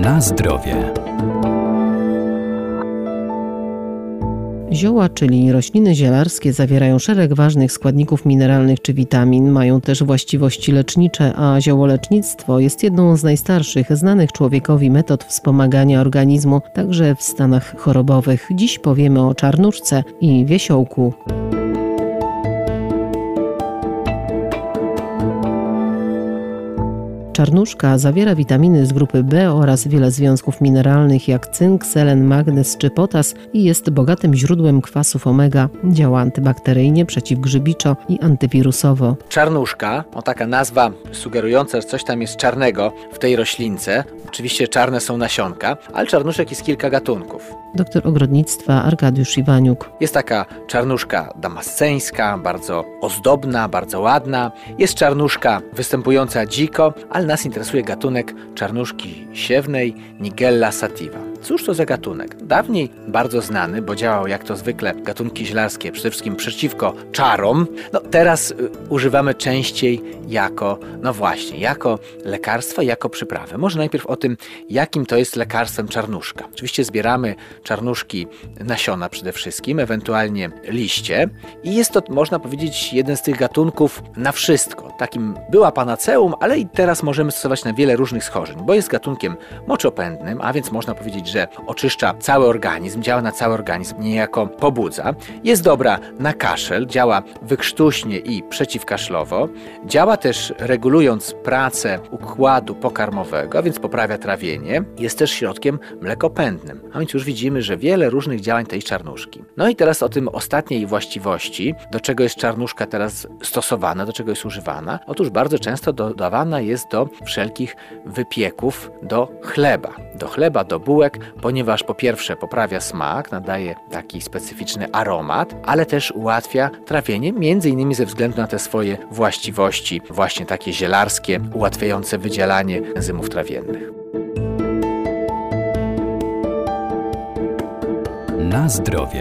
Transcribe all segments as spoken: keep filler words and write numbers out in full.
Na zdrowie. Zioła, czyli rośliny zielarskie, zawierają szereg ważnych składników mineralnych czy witamin, mają też właściwości lecznicze, a ziołolecznictwo jest jedną z najstarszych znanych człowiekowi metod wspomagania organizmu, także w stanach chorobowych. Dziś powiemy o czarnuszce i wiesiołku. Czarnuszka zawiera witaminy z grupy B oraz wiele związków mineralnych jak cynk, selen, magnez czy potas i jest bogatym źródłem kwasów omega. Działa antybakteryjnie, przeciwgrzybiczo i antywirusowo. Czarnuszka, o taka nazwa sugerująca, że coś tam jest czarnego w tej roślince. Oczywiście czarne są nasionka, ale czarnuszek jest kilka gatunków. Doktor ogrodnictwa Arkadiusz Iwaniuk. Jest taka czarnuszka damasceńska, bardzo ozdobna, bardzo ładna. Jest czarnuszka występująca dziko, ale nas interesuje gatunek czarnuszki siewnej Nigella sativa. Cóż to za gatunek? Dawniej bardzo znany, bo działał jak to zwykle gatunki zielarskie, przede wszystkim przeciwko czarom. No teraz y, używamy częściej jako, no właśnie, jako lekarstwa, jako przyprawy. Może najpierw o tym, jakim to jest lekarstwem czarnuszka. Oczywiście zbieramy czarnuszki nasiona przede wszystkim, ewentualnie liście i jest to, można powiedzieć, jeden z tych gatunków na wszystko. Takim była panaceum, ale i teraz możemy stosować na wiele różnych schorzeń, bo jest gatunkiem moczopędnym, a więc można powiedzieć, że oczyszcza cały organizm, działa na cały organizm, niejako pobudza. Jest dobra na kaszel, działa wykrztuśnie i przeciwkaszlowo. Działa też regulując pracę układu pokarmowego, a więc poprawia trawienie. Jest też środkiem mlekopędnym. A więc już widzimy, że wiele różnych działań tej czarnuszki. No i teraz o tym ostatniej właściwości, do czego jest czarnuszka teraz stosowana, do czego jest używana. Otóż bardzo często dodawana jest do wszelkich wypieków, do chleba. Do chleba, do bułek, ponieważ po pierwsze poprawia smak, nadaje taki specyficzny aromat, ale też ułatwia trawienie, między innymi ze względu na te swoje właściwości, właśnie takie zielarskie, ułatwiające wydzielanie enzymów trawiennych. Na zdrowie.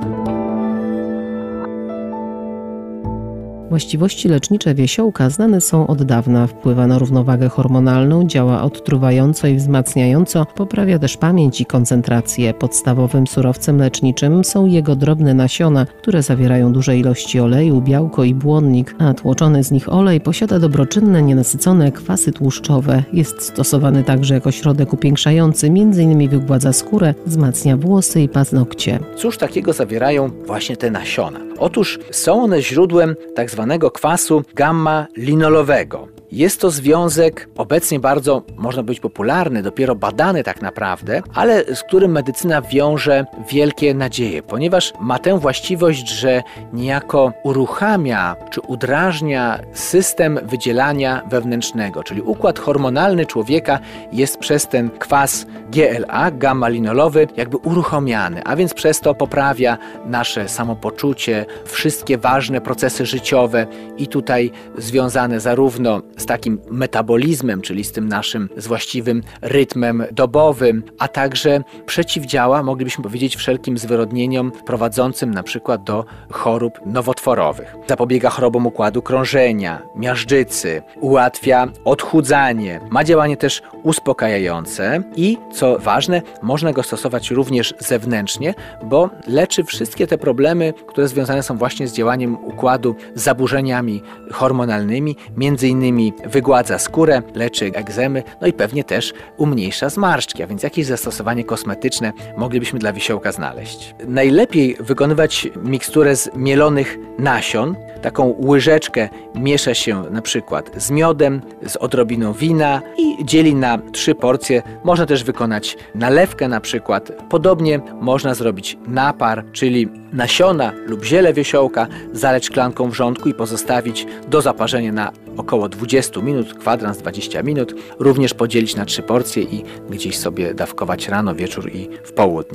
Właściwości lecznicze wiesiołka znane są od dawna. Wpływa na równowagę hormonalną, działa odtruwająco i wzmacniająco, poprawia też pamięć i koncentrację. Podstawowym surowcem leczniczym są jego drobne nasiona, które zawierają duże ilości oleju, białko i błonnik, a tłoczony z nich olej posiada dobroczynne, nienasycone kwasy tłuszczowe. Jest stosowany także jako środek upiększający, między innymi wygładza skórę, wzmacnia włosy i paznokcie. Cóż takiego zawierają właśnie te nasiona? Otóż są one źródłem tak zwanego kwasu gamma-linolowego. Jest to związek obecnie bardzo, można powiedzieć, popularny, dopiero badany tak naprawdę, ale z którym medycyna wiąże wielkie nadzieje, ponieważ ma tę właściwość, że niejako uruchamia czy udrażnia system wydzielania wewnętrznego, czyli układ hormonalny człowieka jest przez ten kwas G L A, gamma-linolowy, jakby uruchomiany, a więc przez to poprawia nasze samopoczucie, wszystkie ważne procesy życiowe i tutaj związane zarówno z takim metabolizmem, czyli z tym naszym z właściwym rytmem dobowym, a także przeciwdziała, moglibyśmy powiedzieć, wszelkim zwyrodnieniom prowadzącym na przykład do chorób nowotworowych. Zapobiega chorobom układu krążenia, miażdżycy, ułatwia odchudzanie, ma działanie też uspokajające i, co ważne, można go stosować również zewnętrznie, bo leczy wszystkie te problemy, które związane są właśnie z działaniem układu, z zaburzeniami hormonalnymi, między innymi wygładza skórę, leczy egzemy, no i pewnie też umniejsza zmarszczki, a więc jakieś zastosowanie kosmetyczne moglibyśmy dla wiesiołka znaleźć. Najlepiej wykonywać miksturę z mielonych nasion. Taką łyżeczkę miesza się na przykład z miodem, z odrobiną wina i dzieli na trzy porcje. Można też wykonać nalewkę na przykład. Podobnie można zrobić napar, czyli nasiona lub ziele wiesiołka zaleć szklanką wrzątku i pozostawić do zaparzenia na około dwadzieścia minut, kwadrans dwadzieścia minut. Również podzielić na trzy porcje i gdzieś sobie dawkować rano, wieczór i w południe.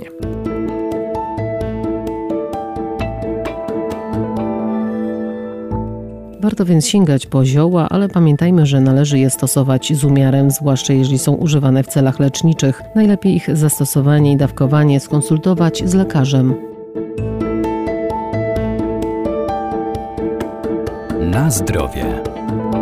Warto więc sięgać po zioła, ale pamiętajmy, że należy je stosować z umiarem, zwłaszcza jeżeli są używane w celach leczniczych. Najlepiej ich zastosowanie i dawkowanie skonsultować z lekarzem. Na zdrowie.